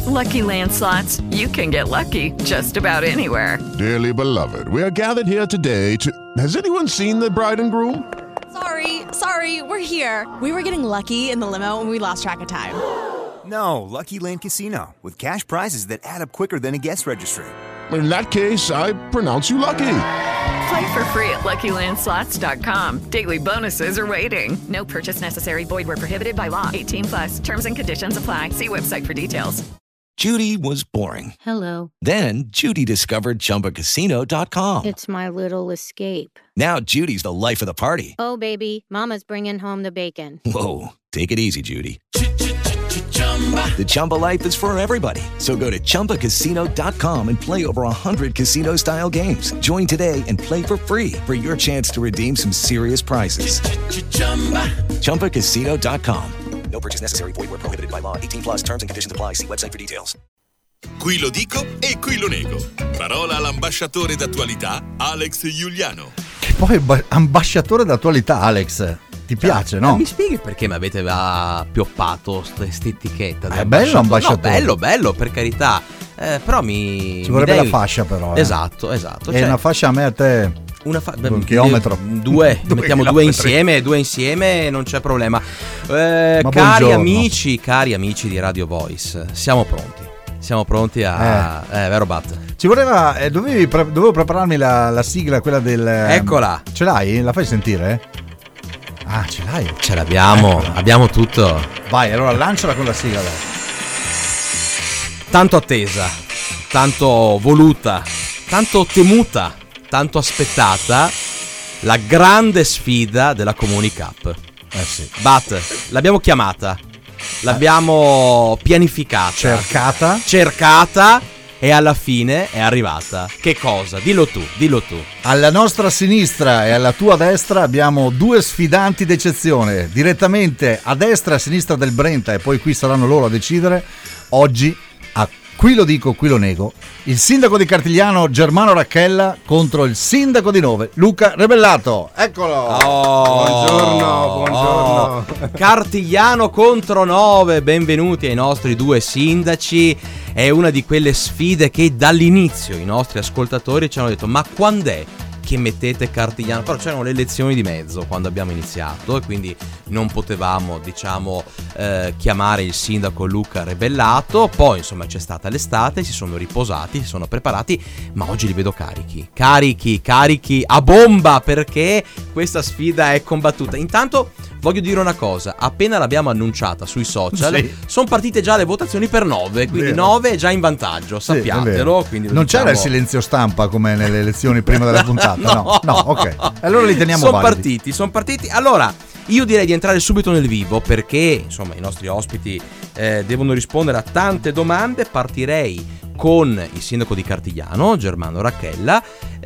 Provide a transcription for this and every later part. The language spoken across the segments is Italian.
Lucky Land Slots, you can get lucky just about anywhere. Dearly beloved, we are gathered here today to... Has anyone seen the bride and groom? Sorry, we're here. We were getting lucky in the limo and we lost track of time. No, Lucky Land Casino, with cash prizes that add up quicker than a guest registry. In that case, I pronounce you lucky. Play for free at LuckyLandSlots.com. Daily bonuses are waiting. No purchase necessary. Void where prohibited by law. 18+. Terms and conditions apply. See website for details. Judy was boring. Hello. Then Judy discovered ChumbaCasino.com. It's my little escape. Now Judy's the life of the party. Oh, baby, mama's bringing home the bacon. Whoa, take it easy, Judy. The Chumba life is for everybody. So go to ChumbaCasino.com and play over 100 casino-style games. Join today and play for free for your chance to redeem some serious prizes. ChumbaCasino.com. No purchase necessary. Void where prohibited by law. 18+. Terms and conditions apply. See website for details. Qui lo dico e qui lo nego. Parola all'ambasciatore d'attualità Alex Giuliano. Che poi ambasciatore d'attualità, Alex. Ti piace, no? Mi spieghi perché mi avete pioppato questa etichetta? È bello ambasciatore. No, bello, per carità. Però ci vorrebbe la fascia, però. Esatto. E una fascia a me, a te. Un chilometro. Due mettiamo chilometri. due insieme, non c'è problema. Cari amici di Radio Voice, siamo pronti a vero Bat? Ci voleva dovevo prepararmi la sigla, quella del Eccola. Ce l'hai? La fai sentire? Ah, ce l'hai? Ce l'abbiamo, abbiamo tutto. Vai, allora lanciala con la sigla, dai. Tanto attesa, tanto voluta, tanto temuta, tanto aspettata, la grande sfida della Comuni Cup. Sì. Bat, l'abbiamo chiamata, l'abbiamo pianificata, cercata e alla fine è arrivata. Che cosa? Dillo tu. Alla nostra sinistra e alla tua destra abbiamo due sfidanti d'eccezione. Direttamente a destra e a sinistra del Brenta, e poi qui saranno loro a decidere. Oggi a Qui lo dico, qui lo nego, il sindaco di Cartigliano Germano Racchella contro il sindaco di Nove Luca Rebellato. Eccolo. Buongiorno. Cartigliano contro Nove, benvenuti ai nostri due sindaci. È una di quelle sfide che dall'inizio i nostri ascoltatori ci hanno detto: ma quand'è che mettete Cartigliano? Però c'erano le elezioni di mezzo quando abbiamo iniziato e quindi non potevamo, chiamare il sindaco Luca Rebellato. Poi insomma c'è stata l'estate, si sono riposati, si sono preparati, ma oggi li vedo carichi a bomba, perché questa sfida è combattuta. Intanto voglio dire una cosa: appena l'abbiamo annunciata sui social, sono partite già le votazioni per Nove, quindi Nove è già in vantaggio, sappiatelo. Quindi non c'era il silenzio stampa come nelle elezioni prima della puntata. No, ok. Allora li teniamo validi. Sono partiti. Allora, io direi di entrare subito nel vivo, perché insomma i nostri ospiti devono rispondere a tante domande. Partirei con il sindaco di Cartigliano, Germano Racchella,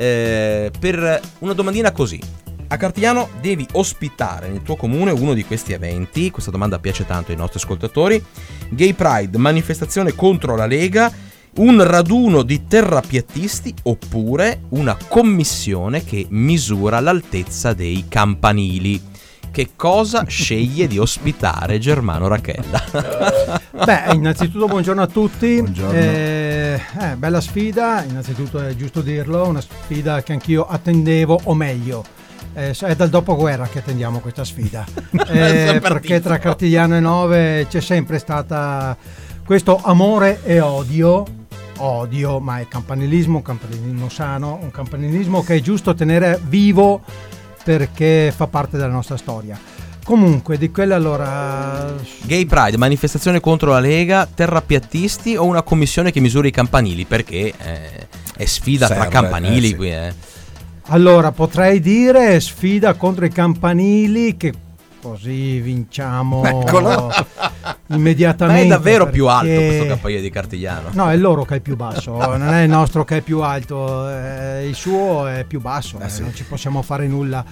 per una domandina così. A Cartigliano devi ospitare nel tuo comune uno di questi eventi. Questa domanda piace tanto ai nostri ascoltatori: Gay Pride, manifestazione contro la Lega, un raduno di terrapiattisti, oppure una commissione che misura l'altezza dei campanili. Che cosa sceglie di ospitare Germano Racchella? Beh, innanzitutto buongiorno a tutti. Buongiorno. Bella sfida, innanzitutto è giusto dirlo, una sfida che anch'io attendevo, o meglio, è dal dopoguerra che attendiamo questa sfida, perché tra Cartigliano e Nove c'è sempre stata questo amore e odio, ma è un campanilismo sano, un campanilismo che è giusto tenere vivo perché fa parte della nostra storia. Comunque, di quelle allora... Gay Pride, manifestazione contro la Lega, terrapiattisti o una commissione che misura i campanili? Perché è sfida tra campanili sì. qui, Allora, potrei dire sfida contro i campanili, che così vinciamo immediatamente. Ma è davvero più alto questo campanile di Cartigliano? No, è il loro che è più basso, non è il nostro che è più alto, il suo è più basso, sì. Non ci possiamo fare nulla.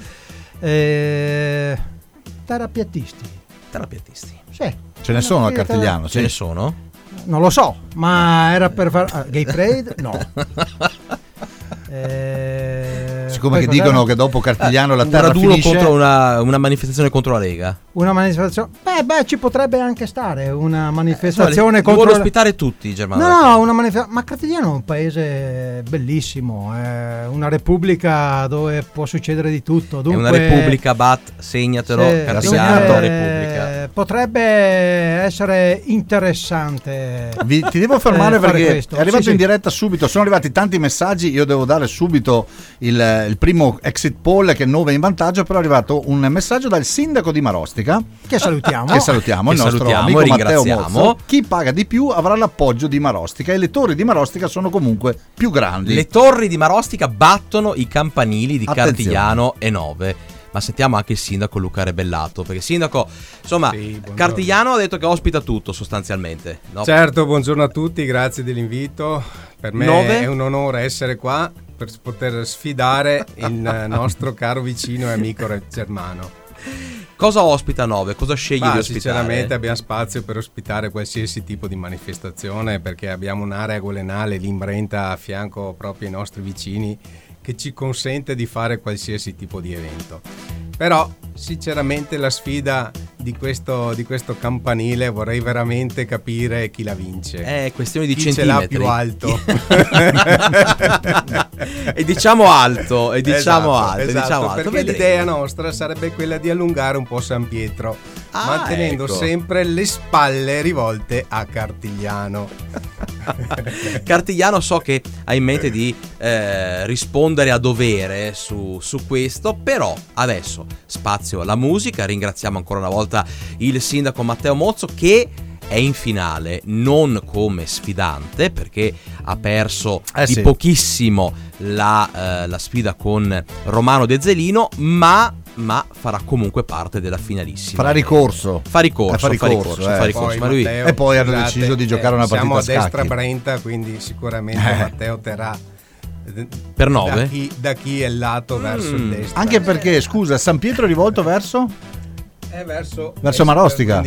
Terrapiattisti. Sì. Ce ne sono a Cartigliano? Ce ne sono? Non lo so, ma era per fare Gay Parade? No. Siccome che dicono che dopo Cartigliano la terra raduno finisce, contro una manifestazione contro la Lega. Una manifestazione, beh, ci potrebbe anche stare una manifestazione contro. Vuole ospitare tutti, Germano. No, una manifestazione. Ma Cartigliano è un paese bellissimo, è una repubblica dove può succedere di tutto. Dunque, è una repubblica, Bat, segnatelo. Cartigliano è una repubblica. Potrebbe essere interessante. Ti devo fermare perché questo. È arrivato in diretta subito. Sono arrivati tanti messaggi. Io devo dare subito il primo exit poll che 9 in vantaggio. Però è arrivato un messaggio dal sindaco di Marostica, che salutiamo, il nostro amico Matteo Mozzo. Chi paga di più avrà l'appoggio di Marostica, e le torri di Marostica sono comunque più grandi. Le torri di Marostica battono i campanili di Cartigliano e 9. Ma sentiamo anche il sindaco Luca Rebellato, perché il sindaco, insomma, sì, Cartigliano ha detto che ospita tutto sostanzialmente, no? Certo, buongiorno a tutti, grazie dell'invito. Per me è un onore essere qua per poter sfidare il nostro caro vicino e amico Germano. Cosa ospita 9? Cosa scegli di ospitare? Sinceramente abbiamo spazio per ospitare qualsiasi tipo di manifestazione, perché abbiamo un'area golenale lì in Brenta a fianco proprio ai nostri vicini che ci consente di fare qualsiasi tipo di evento. Però sinceramente la sfida di questo campanile vorrei veramente capire chi la vince. È questione di chi centimetri. Ce l'ha più alto. E diciamo alto, Esatto, perché vedremo. L'idea nostra sarebbe quella di allungare un po' San Pietro, mantenendo sempre le spalle rivolte a Cartigliano. Cartigliano so che ha in mente di rispondere a dovere su questo, però adesso spazio alla musica. Ringraziamo ancora una volta il sindaco Matteo Mozzo, che è in finale non come sfidante, perché ha perso di pochissimo la sfida con Romano De Zelino, ma farà comunque parte della finalissima. Farà ricorso. Fa ricorso. Ma lui... E poi hanno deciso di giocare una partita a scacchi. Siamo a destra Brenta, quindi sicuramente Matteo terrà per 9 da chi è il lato verso il destro. Anche perché, scusa, San Pietro è rivolto verso? Verso Marostica.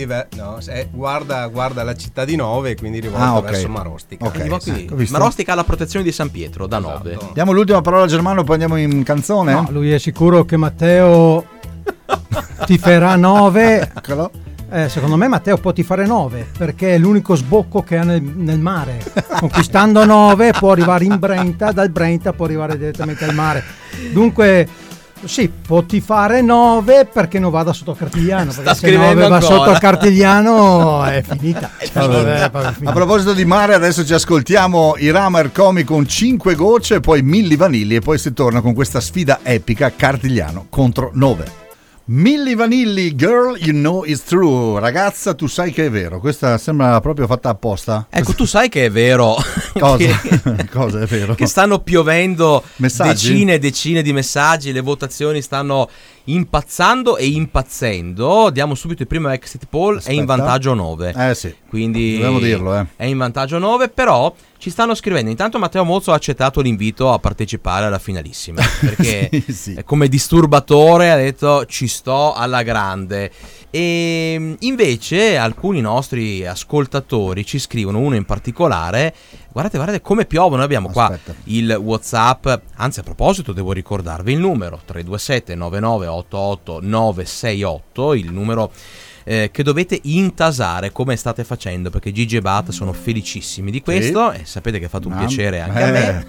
Guarda la città di 9, quindi rivolto verso Marostica. Marostica ha la protezione di San Pietro da 9. Diamo l'ultima parola a Germano, poi andiamo in canzone. No, lui è sicuro che Matteo tiferà 9. Secondo me Matteo può tifare 9, perché è l'unico sbocco che ha nel mare. Conquistando 9 può arrivare in Brenta, dal Brenta può arrivare direttamente al mare. Dunque sì, può tifare 9 perché non vada sotto Cartigliano, perché se 9 va sotto Cartigliano è finita. A proposito di mare, adesso ci ascoltiamo i Rammer Comi con 5 gocce, poi Milli Vanilli, e poi si torna con questa sfida epica, Cartigliano contro 9. Milli Vanilli, Girl You Know It's True. Ragazza, tu sai che è vero. Questa sembra proprio fatta apposta. Ecco, tu sai che è vero. Cosa è vero? Che stanno piovendo messaggi? decine e decine di messaggi. Le votazioni stanno impazzando e impazzendo. Diamo subito il primo exit poll. Aspetta. È in vantaggio 9. Sì. Quindi dobbiamo dirlo, è in vantaggio 9, però ci stanno scrivendo. Intanto Matteo Mozzo ha accettato l'invito a partecipare alla finalissima, perché sì. Come disturbatore ha detto ci sto alla grande. E invece alcuni nostri ascoltatori ci scrivono, uno in particolare. Guardate come piovono. Noi abbiamo qua il WhatsApp. Anzi, a proposito, devo ricordarvi il numero 327 9988 968, il numero che dovete intasare come state facendo, perché Gigi e Bat sono felicissimi di questo, e sapete che è fatto un piacere anche a me.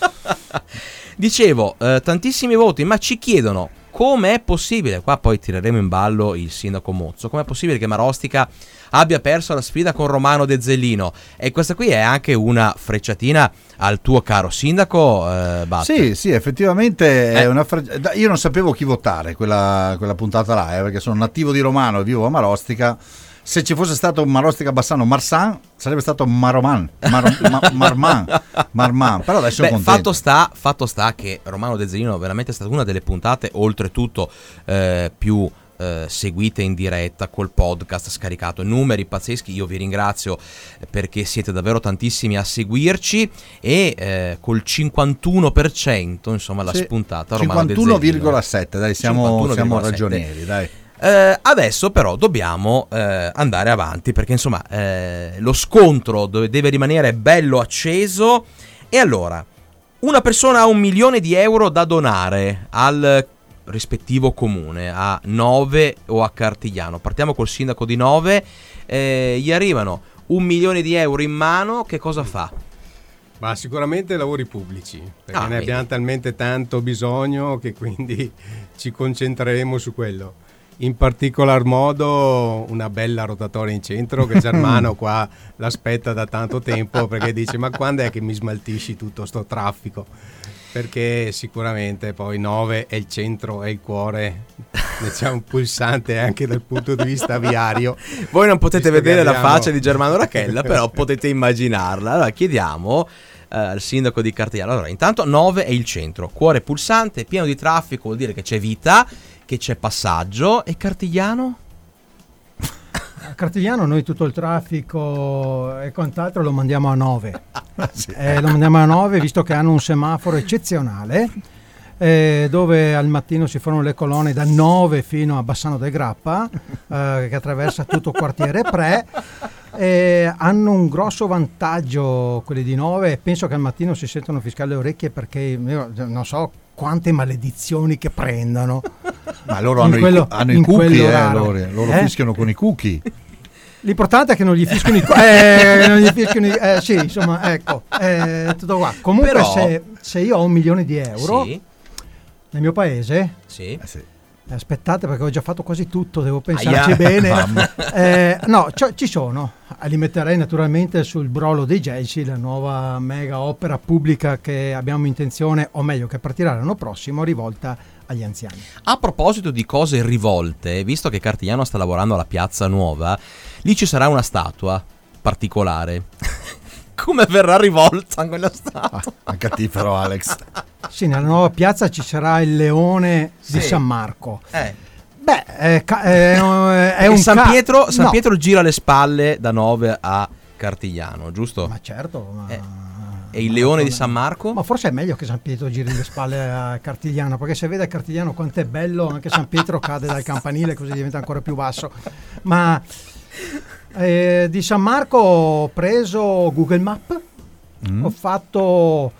Dicevo, tantissimi voti, ma ci chiedono come è possibile, qua poi tireremo in ballo il sindaco Mozzo, come è possibile che Marostica abbia perso la sfida con Romano De Zelino. E questa qui è anche una frecciatina al tuo caro sindaco, Bat. Sì, effettivamente è una io non sapevo chi votare quella puntata là, perché sono nativo di Romano e vivo a Marostica. Se ci fosse stato Marostica Bassano Marsan sarebbe stato Marman. Però adesso sono contento. Fatto sta che Romano De Zelino veramente è stata una delle puntate, oltretutto più seguite in diretta col podcast scaricato, numeri pazzeschi. Io vi ringrazio perché siete davvero tantissimi a seguirci, e col 51% insomma la spuntata Romano De Zelino 51,7, dai, siamo ragionieri, dai. Adesso però dobbiamo andare avanti, perché insomma lo scontro deve rimanere bello acceso. E allora, una persona ha 1 milione di euro da donare al rispettivo comune a Nove o a Cartigliano? Partiamo col sindaco di Nove. Gli arrivano 1 milione di euro in mano, che cosa fa? Ma sicuramente lavori pubblici, perché ne abbiamo talmente tanto bisogno che quindi ci concentreremo su quello. In particolar modo una bella rotatoria in centro, che Germano qua l'aspetta da tanto tempo, perché dice: ma quando è che mi smaltisci tutto sto traffico? Perché sicuramente poi Nove è il centro, è il cuore, c'è un pulsante anche dal punto di vista viario. Voi non potete vedere la faccia di Germano Rachella, però potete immaginarla. Allora chiediamo al sindaco di Cartigliano. Allora, intanto Nove è il centro, cuore pulsante, pieno di traffico, vuol dire che c'è vita, che c'è passaggio. E Cartigliano? A Cartigliano noi tutto il traffico e quant'altro lo mandiamo a Nove. Sì. Lo mandiamo a Nove, visto che hanno un semaforo eccezionale, dove al mattino si fanno le colonne da Nove fino a Bassano del Grappa, che attraversa tutto il quartiere Pre. Hanno un grosso vantaggio quelli di Nove, e penso che al mattino si sentono fiscare le orecchie, perché io non so quante maledizioni che prendano. Ma loro hanno i cookie, loro fischiano con i cookie. L'importante è che non gli fischiano sì, insomma, ecco, tutto qua. Comunque però, se io ho 1 milione di euro nel mio paese, aspettate, perché ho già fatto quasi tutto, devo pensarci bene. No, ci sono. Li metterei naturalmente sul Brolo dei Gelsi, la nuova mega opera pubblica che abbiamo intenzione, o meglio che partirà l'anno prossimo, rivolta agli anziani. A proposito di cose rivolte, visto che Cartigliano sta lavorando alla Piazza Nuova, lì ci sarà una statua particolare. Come verrà rivolta quella statua? Anche a te però, Alex. Sì, nella nuova piazza ci sarà il leone di San Marco. Beh, è un San Pietro gira le spalle da Nove a Cartigliano, giusto? Ma certo. E il leone di San Marco? Ma forse è meglio che San Pietro giri le spalle a Cartigliano, perché se vede Cartigliano quanto è bello, anche San Pietro cade dal campanile, così diventa ancora più basso. Ma di San Marco ho preso Google Map, ho fatto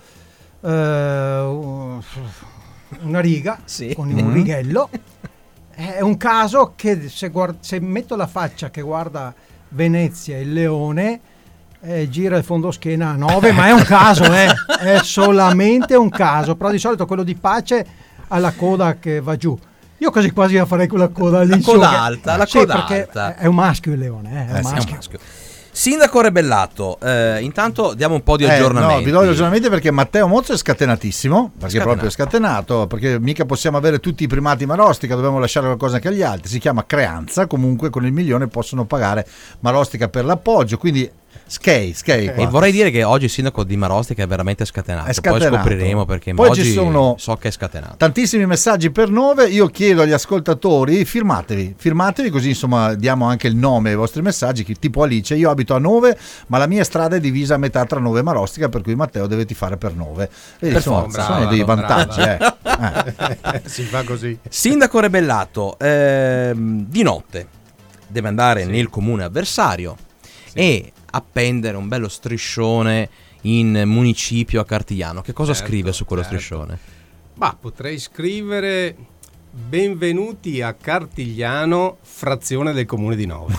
una riga con un righello. È un caso che se metto la faccia che guarda Venezia e il leone, gira il fondoschiena a Nove, ma è un caso, è solamente un caso. Però di solito quello di Pace ha la coda che va giù. Io quasi la farei con la coda lì. La coda alta, perché alta. È un maschio il leone, è un maschio. Sindaco Rebellato, intanto diamo un po' di aggiornamenti. No, vi do gli aggiornamenti perché Matteo Mozzo è scatenatissimo, perché proprio è scatenato, perché mica possiamo avere tutti i primati Marostica, dobbiamo lasciare qualcosa anche agli altri. Si chiama Creanza, comunque con il 1 milione possono pagare Marostica per l'appoggio, quindi Skate. E vorrei dire che oggi il sindaco di Marostica è veramente scatenato. Poi scopriremo perché poi oggi ci sono so che è scatenato. Tantissimi messaggi per Nove. Io chiedo agli ascoltatori, firmatevi così insomma diamo anche il nome ai vostri messaggi. Tipo Alice: io abito a Nove, ma la mia strada è divisa a metà tra Nove e Marostica, per cui Matteo deve tifare per Nove. E insomma, sono dei vantaggi. Si fa così. Sindaco Rebellato, di notte deve andare nel comune avversario e appendere un bello striscione in municipio a Cartigliano. Che cosa scrive su quello striscione? Ma potrei scrivere: benvenuti a Cartigliano, frazione del comune di Nove.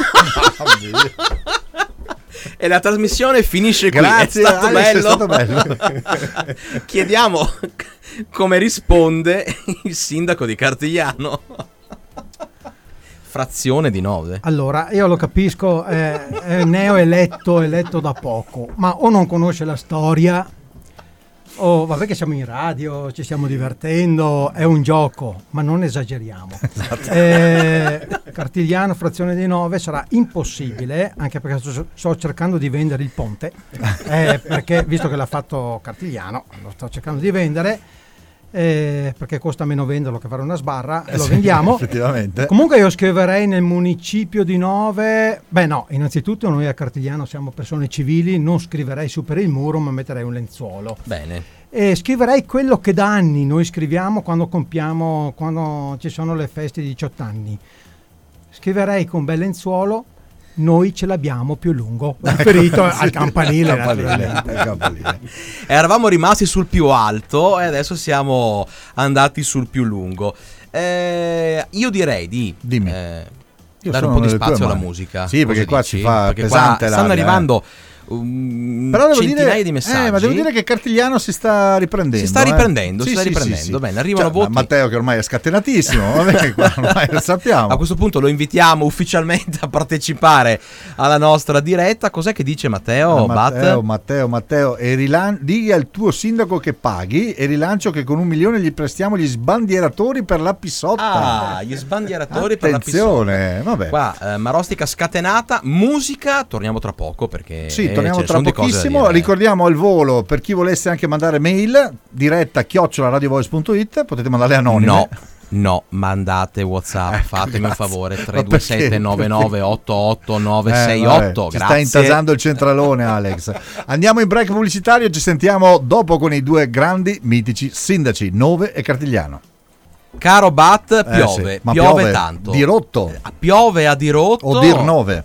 E la trasmissione finisce qui. Grazie, è stato Alex, bello. è stato bello. Chiediamo come risponde il sindaco di Cartigliano. Frazione di Nove. Allora, io lo capisco, è eletto da poco, ma o non conosce la storia, o vabbè che siamo in radio, ci stiamo divertendo, è un gioco, ma non esageriamo. Cartigliano, frazione di Nove sarà impossibile, anche perché sto cercando di vendere il ponte, perché visto che l'ha fatto Cartigliano, lo sto cercando di vendere. Perché costa meno venderlo che fare una sbarra, lo vendiamo. Effettivamente. Comunque io scriverei nel municipio di Nove. Beh no, innanzitutto noi a Cartigliano siamo persone civili, non scriverei su per il muro, ma metterei un lenzuolo. Bene. E scriverei quello che da anni noi scriviamo quando ci sono le feste di 18 anni. Scriverei con bel lenzuolo: noi ce l'abbiamo più lungo, riferito al campanile, naturalmente. Eravamo rimasti sul più alto e adesso siamo andati sul più lungo. Io direi di dare un po' di spazio alla musica. Sì, perché qua dici? ci fa perché pesante qua stanno l'aria, arrivando però devo centinaia di messaggi. Ma devo dire che Cartigliano si sta riprendendo. Si sta riprendendo. Sì. Bene, arrivano voti. Matteo che ormai è scatenatissimo, vabbè, qua ormai lo sappiamo. A questo punto lo invitiamo ufficialmente a partecipare alla nostra diretta. Cos'è che dice Matteo? Matteo, digli al tuo sindaco che paghi e rilancio che con 1 milione gli prestiamo gli sbandieratori per la Pissotta. Gli sbandieratori per la Pissotta. Attenzione, vabbè. Qua Marostica scatenata, musica, torniamo tra poco perché torniamo tra pochissimo. Ricordiamo al volo, per chi volesse anche mandare mail, diretta @radiovoice.it, potete mandarle anonime. No, mandate WhatsApp, fatemi un favore, 327 99 88 968. Ci sta intasando il centralone, Alex. Andiamo in break pubblicitario, ci sentiamo dopo con i due grandi mitici sindaci, Nove e Cartigliano. Caro Bat, piove, ma piove tanto. Dirotto. Piove a dirotto. O dir 9.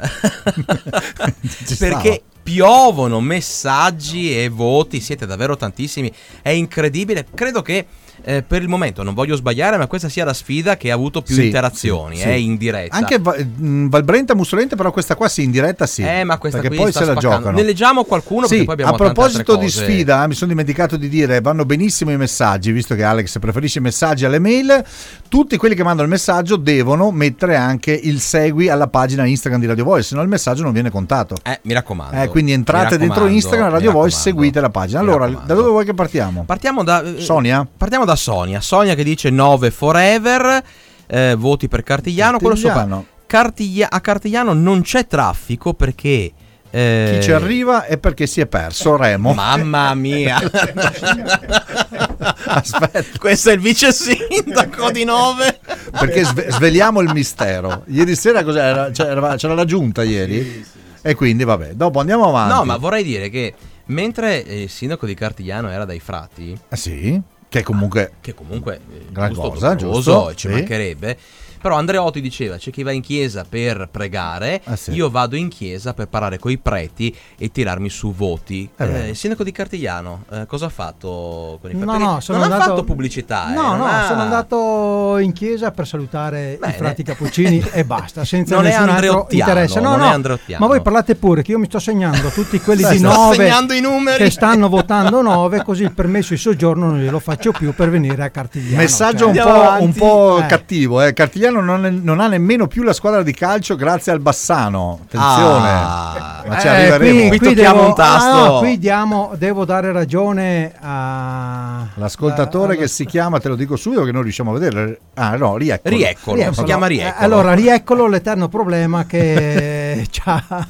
Perché piovono messaggi e voti, siete davvero tantissimi, è incredibile. Credo che per il momento, non voglio sbagliare, ma questa sia la sfida che ha avuto più interazioni, in diretta. Anche Valbrenta Mussolente, però questa qua in diretta ma questa perché qui poi sta se la spaccando. giocano. Ne leggiamo qualcuno perché poi abbiamo a proposito tante di altre cose. sfida, mi sono dimenticato di dire, vanno benissimo i messaggi, visto che Alex preferisce i messaggi alle mail. Tutti quelli che mandano il messaggio devono mettere anche il segui alla pagina Instagram di Radio Voice, se no il messaggio non viene contato. Mi raccomando. Quindi entrate dentro Instagram Radio Voice, seguite la pagina. Allora, da dove vuoi che partiamo? Partiamo da Sonia. Partiamo da Sonia che dice 9 forever, voti per Cartigliano. Quello sopra. A Cartigliano non c'è traffico perché chi ci arriva è perché si è perso Remo. Mamma mia. Aspetta, questo è il vice sindaco di Nove. Perché sveliamo il mistero. Ieri sera cos'era? C'era la giunta ieri? Sì. E quindi vabbè, dopo andiamo avanti. No, ma vorrei dire che mentre il sindaco di Cartigliano era dai frati, sì, che comunque gran cosa, giusto, ci mancherebbe. Però Andreotti diceva, c'è chi va in chiesa per pregare, io vado in chiesa per parlare coi preti e tirarmi su voti. Il sindaco di Cartigliano cosa ha fatto con i preti? Non ha fatto pubblicità. Sono andato in chiesa per salutare i frati cappuccini e basta, senza non nessun altro interesse. No, ma voi parlate pure, che io mi sto segnando tutti quelli di Nove i numeri che stanno votando Nove, così il permesso di soggiorno non glielo faccio più per venire a Cartigliano. Messaggio un po' cattivo, Cartigliano non ha nemmeno più la squadra di calcio grazie al Bassano. Attenzione, ma ci arriveremo. Qui tocchiamo un tasto. Qui devo dare ragione all'ascoltatore che si chiama, te lo dico subito che non riusciamo a vedere. Rieccolo. Si chiama Rieccolo. Allora, Rieccolo, l'eterno problema che ci ha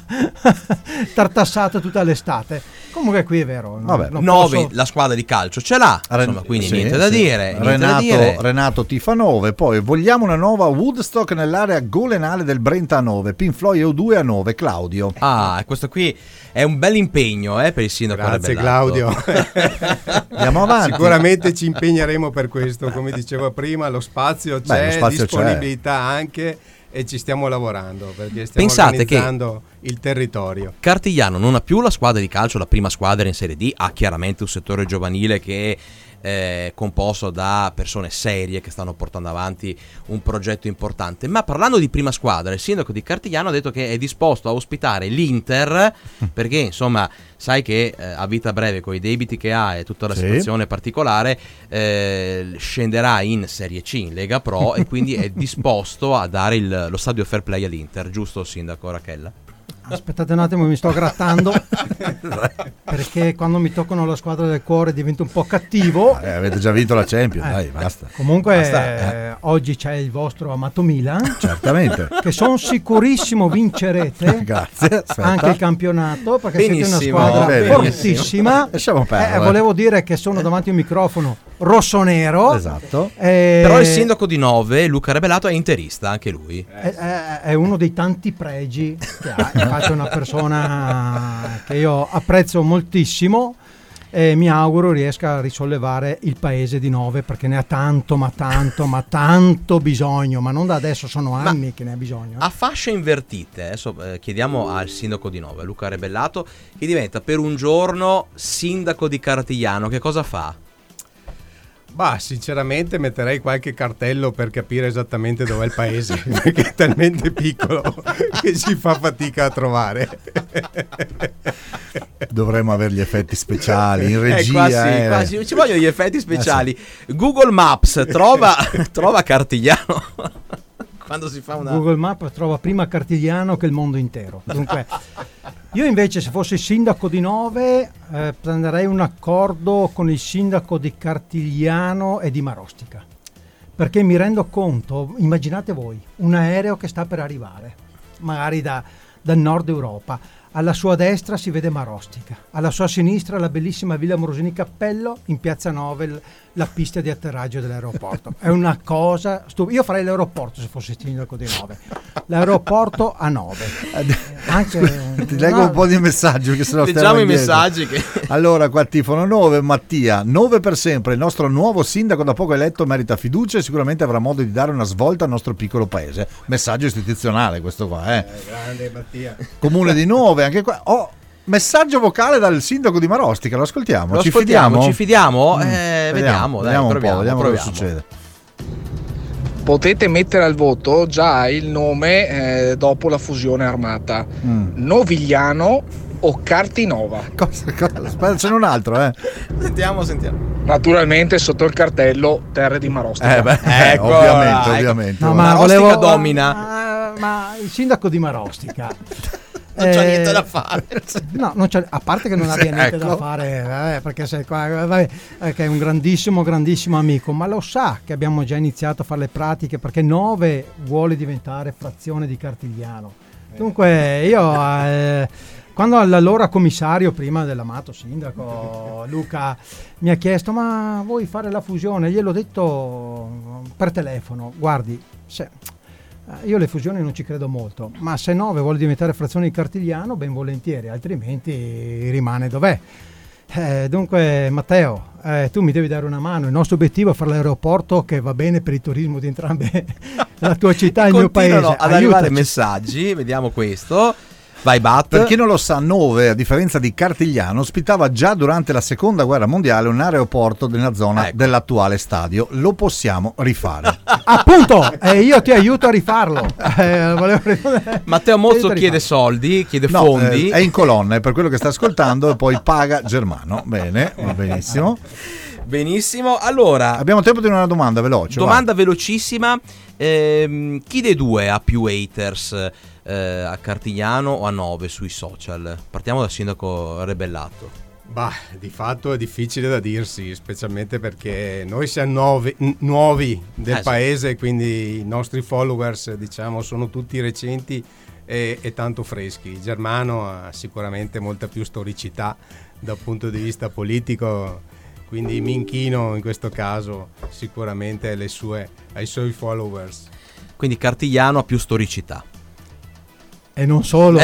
tartassato tutta l'estate. Comunque qui è vero. Nove, la squadra di calcio ce l'ha, insomma, quindi niente da dire. Renato tifa 9, poi vogliamo una nuova Woodstock nell'area golenale del Brenta a 9, Pink Floyd U2 a 9, Claudio. Questo qui è un bel impegno per il sindaco. Grazie Claudio. Andiamo avanti. Sicuramente ci impegneremo per questo, come dicevo prima, lo spazio c'è, disponibilità anche, e ci stiamo lavorando perché stiamo organizzando il territorio. Cartigliano non ha più la squadra di calcio, la prima squadra in Serie D, ha chiaramente un settore giovanile che è composto da persone serie che stanno portando avanti un progetto importante. Ma parlando di prima squadra, il sindaco di Cartigliano ha detto che è disposto a ospitare l'Inter perché insomma sai che a vita breve con i debiti che ha e tutta la situazione particolare scenderà in Serie C, in Lega Pro, e quindi è disposto a dare lo stadio fair play all'Inter, giusto sindaco Rachella? Aspettate un attimo, mi sto grattando perché quando mi toccano la squadra del cuore divento un po' cattivo. Avete già vinto la Champions, dai, basta. Comunque oggi c'è il vostro amato Milan, certamente, che sono sicurissimo vincerete. Grazie. Anche il campionato, perché siete una squadra fortissima. Lasciamo perdere. Volevo dire che sono davanti a un microfono rossonero. Esatto. Però il sindaco di Nove, Luca Rebellato, è interista anche lui. È uno dei tanti pregi che ha. Infatti è una persona che io apprezzo moltissimo e mi auguro riesca a risollevare il paese di Nove, perché ne ha tanto bisogno, ma non da adesso, sono anni che ne ha bisogno. A fasce invertite, adesso chiediamo al sindaco di Nove, Luca Rebellato, che diventa per un giorno sindaco di Cartigliano, che cosa fa? Bah, sinceramente metterei qualche cartello per capire esattamente dov'è il paese, perché è talmente piccolo che si fa fatica a trovare. Dovremmo avere gli effetti speciali in regia. Quasi. Ci vogliono gli effetti speciali. Google Maps trova Cartigliano. Quando si fa una Google Maps trova prima Cartigliano che il mondo intero. Dunque, io invece, se fossi sindaco di Nove, prenderei un accordo con il sindaco di Cartigliano e di Marostica, perché mi rendo conto, immaginate voi, un aereo che sta per arrivare, magari dal nord Europa. Alla sua destra si vede Marostica, alla sua sinistra la bellissima Villa Morosini Cappello, in piazza Nove la pista di atterraggio dell'aeroporto. È una cosa stupida. Io farei l'aeroporto se fossi sindaco di Nove, l'aeroporto a Nove. Ti leggo un po' di messaggi, che se no leggiamo i messaggi che... Allora, qua tifano Nove, Mattia, Nove per sempre, il nostro nuovo sindaco da poco eletto merita fiducia e sicuramente avrà modo di dare una svolta al nostro piccolo paese. Messaggio istituzionale questo qua, grande Mattia. Comune di Nove, anche qua. Messaggio vocale dal sindaco di Marostica, lo ascoltiamo. Ci fidiamo? Vediamo un po', vediamo cosa succede. Potete mettere al voto già il nome dopo la fusione armata. Novigliano o Cartinova. Aspetta, c'è un altro, Sentiamo. Naturalmente sotto il cartello Terre di Marostica. Ecco, ovviamente. No, ma Marostica domina. Ma il sindaco di Marostica non c'è niente da fare. No, non c'è, a parte che non abbia niente da fare, perché sei qua, che è un grandissimo amico, ma lo sa che abbiamo già iniziato a fare le pratiche, perché Nove vuole diventare frazione di Cartigliano. Dunque io quando all'allora commissario, prima dell'amato sindaco Luca, mi ha chiesto: ma vuoi fare la fusione? Gliel'ho detto per telefono: guardi, io le fusioni non ci credo molto, ma se Nove vuole diventare frazione di Cartigliano, ben volentieri, altrimenti rimane dov'è. Dunque Matteo, tu mi devi dare una mano. Il nostro obiettivo è fare l'aeroporto che va bene per il turismo di entrambe la tua città e il mio paese. Continuano ad arrivare messaggi, vediamo questo. Vai Bat. Per chi non lo sa, Nove, a differenza di Cartigliano, ospitava già durante la seconda guerra mondiale un aeroporto nella zona dell'attuale stadio. Lo possiamo rifare. Appunto, io ti aiuto a rifarlo. Matteo Mozzo chiede soldi, chiede fondi. È in colonna, è per quello che sta ascoltando, e poi paga Germano. Bene, va benissimo. Benissimo, allora abbiamo tempo di una domanda veloce. Domanda velocissima. Chi dei due ha più haters, a Cartigliano o a Nove sui social? Partiamo dal sindaco Rebellato. Bah, di fatto è difficile da dirsi, specialmente perché noi siamo nuovi del paese, quindi i nostri followers, diciamo, sono tutti recenti e tanto freschi. Germano ha sicuramente molta più storicità dal punto di vista politico, quindi mi inchino in questo caso sicuramente ai suoi followers. Quindi Cartigliano ha più storicità. E non solo,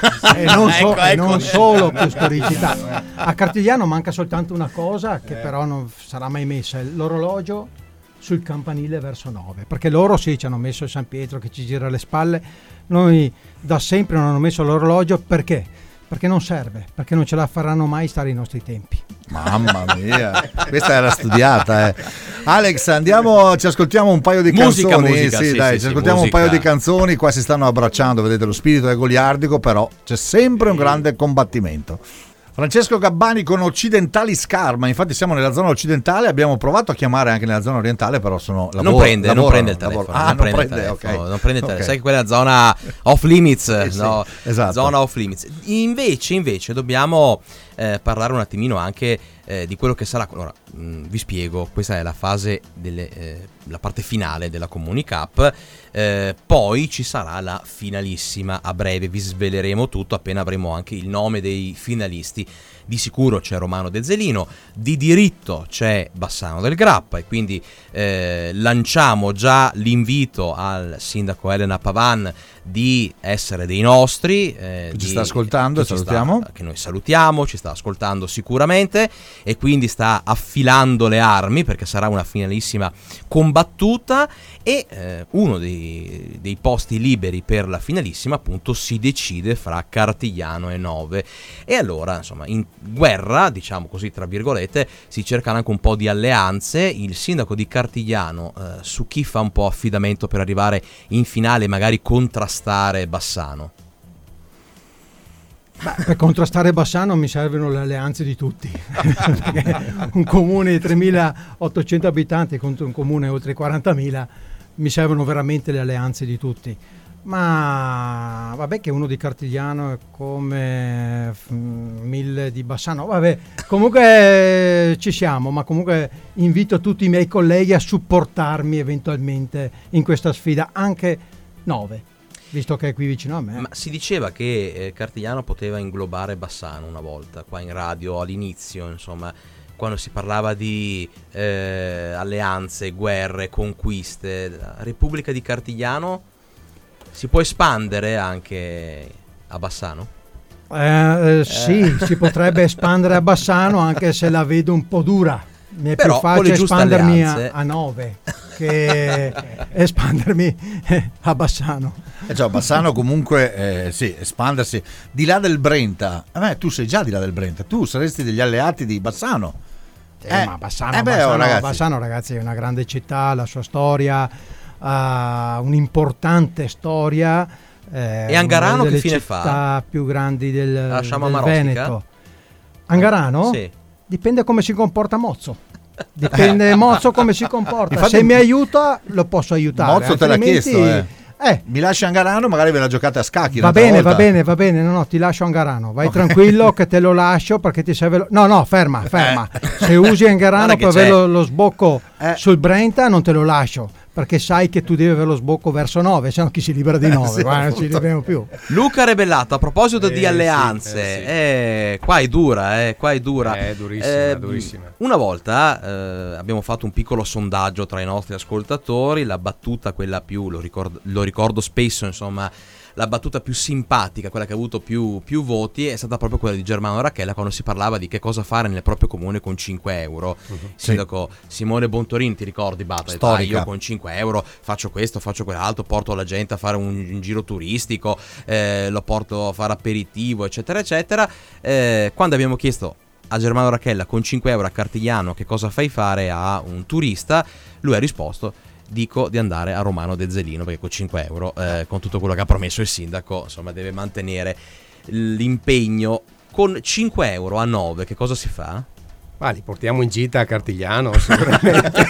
non solo più storicità. A Cartigliano manca soltanto una cosa che però non sarà mai messa: l'orologio sul campanile verso Nove, perché loro sì ci hanno messo il San Pietro che ci gira le spalle, noi da sempre non hanno messo l'orologio. Perché non serve, perché non ce la faranno mai stare i nostri tempi. Mamma mia, questa era studiata. Alex, ci ascoltiamo un paio di canzoni. Ci ascoltiamo un paio di canzoni. Qua si stanno abbracciando, vedete, lo spirito è goliardico, però c'è sempre un grande combattimento. Francesco Gabbani con Occidentali Scarma. Infatti siamo nella zona occidentale, abbiamo provato a chiamare anche nella zona orientale, però non prende il telefono. Non prende il telefono. Sai che quella è la zona off limits, no? Esatto. Zona off limits. Invece dobbiamo parlare un attimino anche di quello che sarà. Allora, vi spiego, questa è la fase la parte finale della Comunicup, poi ci sarà la finalissima a breve, vi sveleremo tutto appena avremo anche il nome dei finalisti. Di sicuro c'è Romano De Zelino, di diritto c'è Bassano del Grappa, e quindi lanciamo già l'invito al sindaco Elena Pavan di essere dei nostri, ci sta ascoltando, salutiamo, che noi salutiamo, ci sta sta ascoltando sicuramente e quindi sta affilando le armi perché sarà una finalissima combattuta e uno dei posti liberi per la finalissima appunto si decide fra Cartigliano e Nove. E allora, insomma, in guerra, diciamo così tra virgolette, si cercano anche un po' di alleanze. Il sindaco di Cartigliano su chi fa un po' affidamento per arrivare in finale e magari contrastare Bassano? Beh, per contrastare Bassano mi servono le alleanze di tutti. Un comune di 3.800 abitanti contro un comune oltre i 40.000, mi servono veramente le alleanze di tutti. Ma vabbè che uno di Cartigliano è come 1000 di Bassano, vabbè, comunque ci siamo, ma comunque invito tutti i miei colleghi a supportarmi eventualmente in questa sfida, anche Nove, visto che è qui vicino a me. Ma si diceva che Cartigliano poteva inglobare Bassano una volta, qua in radio all'inizio, insomma, quando si parlava di alleanze, guerre, conquiste. La Repubblica di Cartigliano si può espandere anche a Bassano? Sì, si potrebbe espandere a Bassano, anche se la vedo un po' dura. Mi è però, più facile espandermi alleanze... a Nove che espandermi a Bassano. Cioè, Bassano comunque sì, espandersi di là del Brenta. Tu sei già di là del Brenta, tu saresti degli alleati di Bassano. Ma Bassano, ragazzi, è una grande città, la sua storia, un'importante storia. E Angarano che fine fa? Una delle città più grandi del Marostica? Veneto. Angarano? Sì. Dipende come si comporta Mozzo. Dipende Mozzo come si comporta. Infatti, se mi aiuta lo posso aiutare. Mozzo te l'ha chiesto, mi lasci Angarano, magari ve la giocate a scacchi. Va bene, no, ti lascio Angarano, vai tranquillo che te lo lascio perché ti serve no, ferma. Se usi Angarano per avere lo sbocco sul Brenta non te lo lascio, perché sai che tu devi avere lo sbocco verso Nove, se no chi si libera di Nove, non ci liberiamo più. Luca Rebellato, a proposito di alleanze, qua è dura. È durissima. Una volta abbiamo fatto un piccolo sondaggio tra i nostri ascoltatori, la battuta quella più, lo ricordo spesso, insomma, la battuta più simpatica, quella che ha avuto più voti, è stata proprio quella di Germano Racchella quando si parlava di che cosa fare nel proprio comune con 5 euro. Il sindaco Simone Bontorini, ti ricordi, Bata? Io con 5 euro faccio questo, faccio quell'altro, porto la gente a fare un giro turistico, lo porto a fare aperitivo, eccetera, eccetera. Quando abbiamo chiesto a Germano Racchella con 5 euro a Cartigliano che cosa fai fare a un turista, lui ha risposto: dico di andare a Romano De Zelino, perché con 5 euro, con tutto quello che ha promesso il sindaco, insomma, deve mantenere l'impegno. Con 5 euro a 9 che cosa si fa? Li portiamo in gita a Cartigliano sicuramente.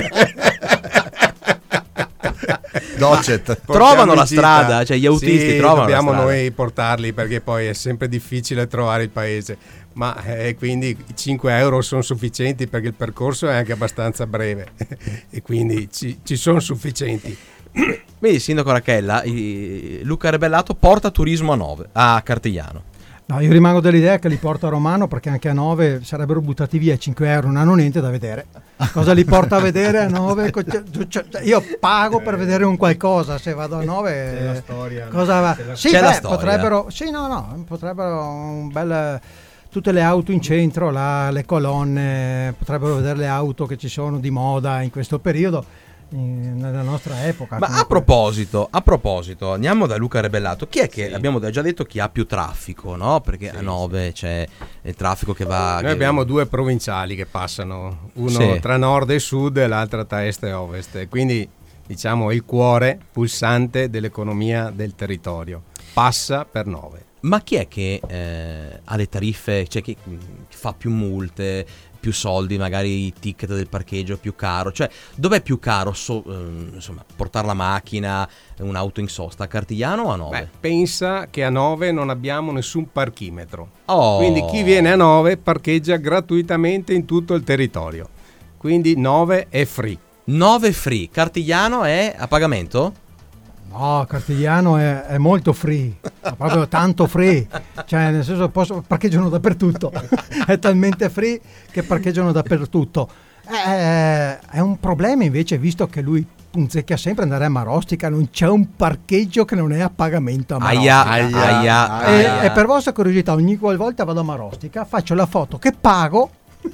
Docet. Trovano la strada, cioè gli autisti trovano la strada. Dobbiamo noi portarli, perché poi è sempre difficile trovare il paese, ma quindi 5 euro sono sufficienti, perché il percorso è anche abbastanza breve e quindi ci sono sufficienti. Vedi, sindaco Racchella, Luca Rebellato porta turismo a Cartigliano. No, io rimango dell'idea che li porta a Romano, perché anche a 9 sarebbero buttati via 5 euro, non hanno niente da vedere. Cosa li porta a vedere a 9? Io pago per vedere un qualcosa, se vado a 9 c'è la storia, cosa va? C'è la storia. Potrebbero un bel, tutte le auto in centro, le colonne, potrebbero vedere le auto che ci sono di moda in questo periodo, nella nostra epoca. Ma a proposito, andiamo da Luca Rebellato. Chi è che abbiamo già detto chi ha più traffico, no? Perché a 9 c'è il traffico che va. Noi abbiamo due provinciali che passano, uno tra nord e sud e l'altra tra est e ovest. Quindi diciamo il cuore pulsante dell'economia del territorio passa per 9. Ma chi è che ha le tariffe, cioè chi fa più multe, più soldi, magari i ticket del parcheggio è più caro? Cioè, dov'è più caro insomma, portare la macchina, un'auto in sosta, a Cartigliano o a 9? Pensa che a 9 non abbiamo nessun parchimetro. Oh. Quindi chi viene a 9 parcheggia gratuitamente in tutto il territorio. Quindi 9 è free. 9 free. Cartigliano è a pagamento? No, Cartigliano è molto free, proprio tanto free, cioè nel senso parcheggiano dappertutto, è talmente free che parcheggiano dappertutto. È un problema invece, visto che lui punzecchia sempre andare a Marostica, non c'è un parcheggio che non è a pagamento a Marostica. E per vostra curiosità, ogni qualvolta vado a Marostica faccio la foto che pago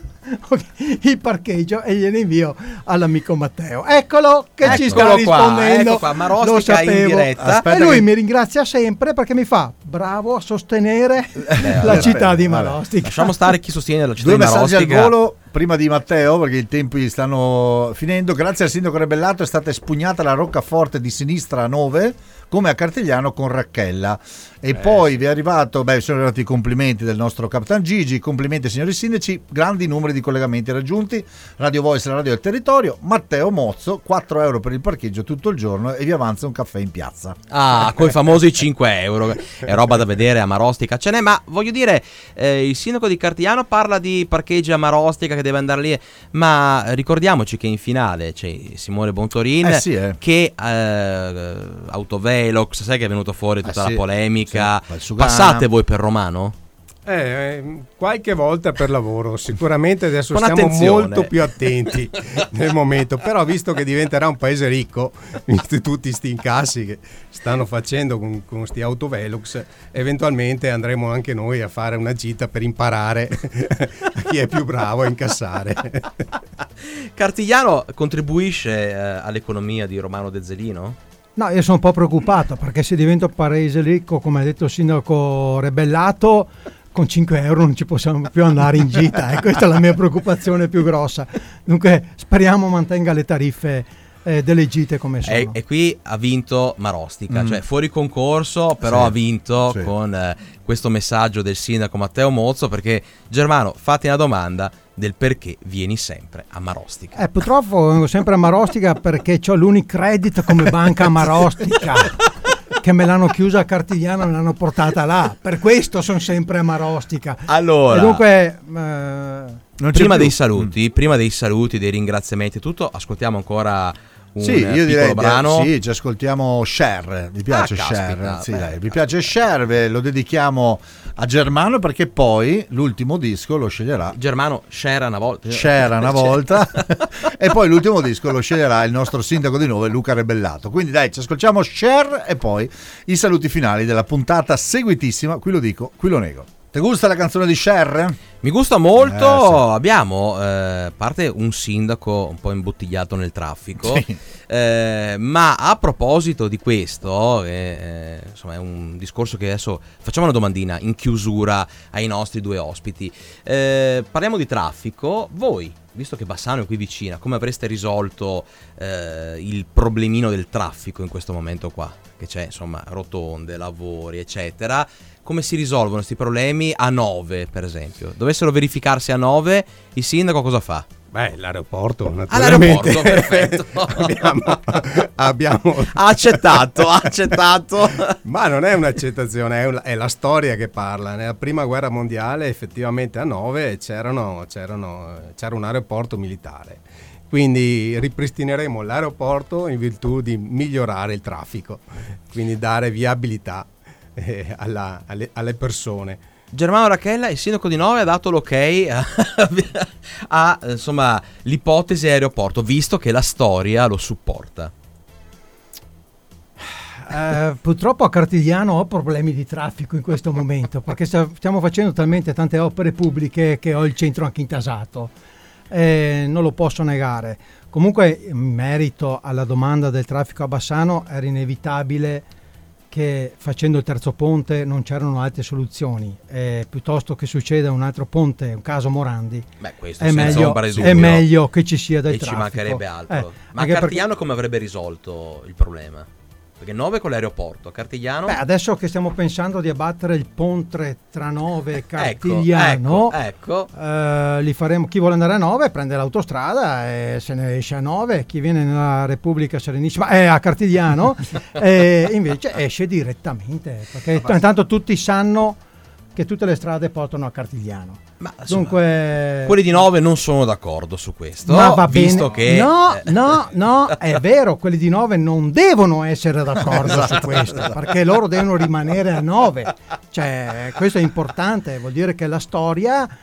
il parcheggio e gliene invio all'amico Matteo. Eccolo che ci sta rispondendo. Ecco qua, Marostica in diretta. E lui mi ringrazia sempre perché mi fa bravo a sostenere la città di Marostica. Lasciamo stare chi sostiene la città di Marostica. Due messaggi al volo prima di Matteo, perché i tempi stanno finendo. Grazie al sindaco Rebellato è stata espugnata la roccaforte di sinistra a 9 come a Cartigliano con Racchella. E poi vi è arrivato, sono arrivati i complimenti del nostro Capitan Gigi, complimenti signori sindaci, grandi numeri di collegamenti raggiunti, Radio Voice, la radio del territorio. Matteo Mozzo, 4 euro per il parcheggio tutto il giorno e vi avanza un caffè in piazza. Con i famosi 5 euro, è roba da vedere a Marostica, ce n'è, ma voglio dire, il sindaco di Cartigliano parla di parcheggi a Marostica che deve andare lì, ma ricordiamoci che in finale c'è Simone Bontorin che Autovelox, sai che è venuto fuori tutta la polemica. Passate voi per Romano? Qualche volta per lavoro, sicuramente adesso stiamo molto più attenti nel momento, però visto che diventerà un paese ricco, visto tutti sti incassi che stanno facendo con sti Autovelox, eventualmente andremo anche noi a fare una gita per imparare a chi è più bravo a incassare. Cartigliano contribuisce all'economia di Romano Dezzelino? No, io sono un po' preoccupato perché se divento paese ricco, come ha detto il sindaco Rebellato, con 5 euro non ci possiamo più andare in gita. Questa è la mia preoccupazione più grossa. Dunque speriamo mantenga le tariffe delle gite come sono. E qui ha vinto Marostica, cioè fuori concorso, però ha vinto con questo messaggio del sindaco Matteo Mozzo, perché Germano, fatti una domanda del perché vieni sempre a Marostica. Purtroppo vengo sempre a Marostica perché ho l'Unicredit come banca a Marostica, che me l'hanno chiusa a Cartigliano e me l'hanno portata là. Per questo sono sempre a Marostica. Allora, e dunque prima dei saluti, dei ringraziamenti e tutto, ascoltiamo ancora un piccolo brano. Sì, ci ascoltiamo Cher. Mi piace Cher. Mi piace Cher, lo dedichiamo a Germano perché poi l'ultimo disco lo sceglierà Germano. C'era una volta e poi l'ultimo disco lo sceglierà il nostro sindaco di Nove, Luca Rebellato. Quindi dai, ci ascoltiamo Cher e poi i saluti finali della puntata seguitissima. Qui lo dico, qui lo nego. Ti gusta la canzone di Cher? Mi gusta molto. Abbiamo parte un sindaco un po' imbottigliato nel traffico, ma a proposito di questo, insomma è un discorso che adesso facciamo una domandina in chiusura ai nostri due ospiti. Parliamo di traffico. Voi, visto che Bassano è qui vicina, come avreste risolto il problemino del traffico in questo momento qua? Che c'è, insomma, rotonde, lavori, eccetera. Come si risolvono questi problemi a 9, per esempio? Dovessero verificarsi a 9, il sindaco cosa fa? L'aeroporto, naturalmente. All'aeroporto, perfetto. abbiamo ha accettato. Ma non è un'accettazione, è la storia che parla. Nella prima guerra mondiale effettivamente a 9 c'era un aeroporto militare. Quindi ripristineremo l'aeroporto in virtù di migliorare il traffico, quindi dare viabilità alle persone. Germano Racchella, il sindaco di Nove, ha dato l'ok a insomma l'ipotesi aeroporto, visto che la storia lo supporta. Purtroppo a Cartigliano ho problemi di traffico in questo momento perché stiamo facendo talmente tante opere pubbliche che ho il centro anche intasato. Non lo posso negare. Comunque, in merito alla domanda del traffico a Bassano, era inevitabile che facendo il terzo ponte non c'erano altre soluzioni. Piuttosto che succeda un altro ponte, un caso Morandi, è meglio che ci sia del traffico. E ci mancherebbe altro. Ma a Cartigliano come avrebbe risolto il problema? Perché 9 con l'aeroporto, Cartigliano. Adesso che stiamo pensando di abbattere il ponte tra Nove e Cartigliano, li faremo. Chi vuole andare a Nove prende l'autostrada e se ne esce a Nove. Chi viene nella Repubblica Serenissima a Cartigliano invece esce direttamente, perché intanto tutti sanno che tutte le strade portano a Cartigliano. Ma dunque quelli di Nove non sono d'accordo su questo. Ma va visto bene. Che no, è vero, quelli di Nove non devono essere d'accordo su questo, perché loro devono rimanere a Nove. Cioè, questo è importante, vuol dire che la storia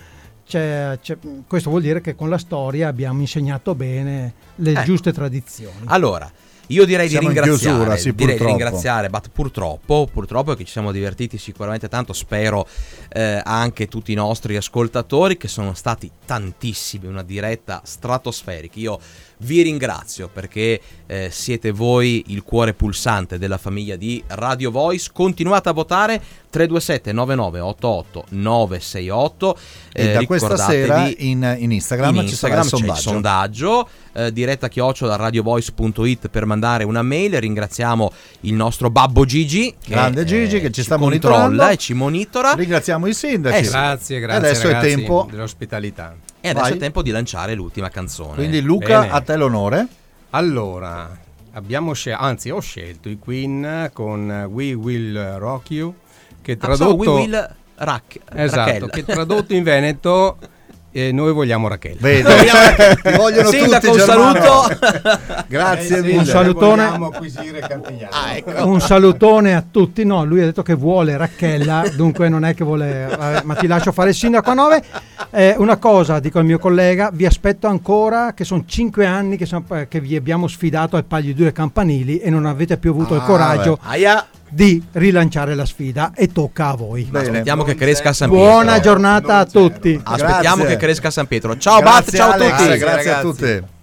questo vuol dire che con la storia abbiamo insegnato bene le giuste tradizioni. Allora, io direi Siamo di in chiusura, sì, direi di purtroppo. ringraziare, ma purtroppo che ci siamo divertiti sicuramente tanto, spero anche tutti i nostri ascoltatori, che sono stati tantissimi, una diretta stratosferica. Io vi ringrazio perché siete voi il cuore pulsante della famiglia di Radio Voice. Continuate a votare 327 9988 968 e da questa sera in Instagram ci sarà il c'è il sondaggio, diretta @radiovoice.it per mandare una mail. Ringraziamo il nostro babbo Gigi, grande Gigi, che ci sta controlla monitorando e ci monitora. Ringraziamo i sindaci. Grazie adesso ragazzi, è tempo dell'ospitalità. E adesso è tempo di lanciare l'ultima canzone. Quindi Luca, Bene. a te l'onore. Allora, ho scelto i Queen con We Will Rock You, che tradotto We Will esatto, che tradotto in veneto noi vogliamo Rachele. Ti vogliono Sindaco, tutti, un Germano. saluto. Grazie mille. Un salutone. Vogliamo acquisire Cantigliano. Ecco. Un salutone a tutti. No, lui ha detto che vuole Racchella, dunque non è che vuole, ma ti lascio fare il sindaco a 9. Una cosa dico al mio collega, vi aspetto ancora, che sono 5 anni che vi abbiamo sfidato al Palio 2 Campanili e non avete più avuto il coraggio di rilanciare la sfida, e tocca a voi. Aspettiamo che cresca a San Pietro. Buona giornata a tutti. Aspettiamo che cresca a San Pietro. Ciao Bat, ciao a tutti. Grazie a tutti.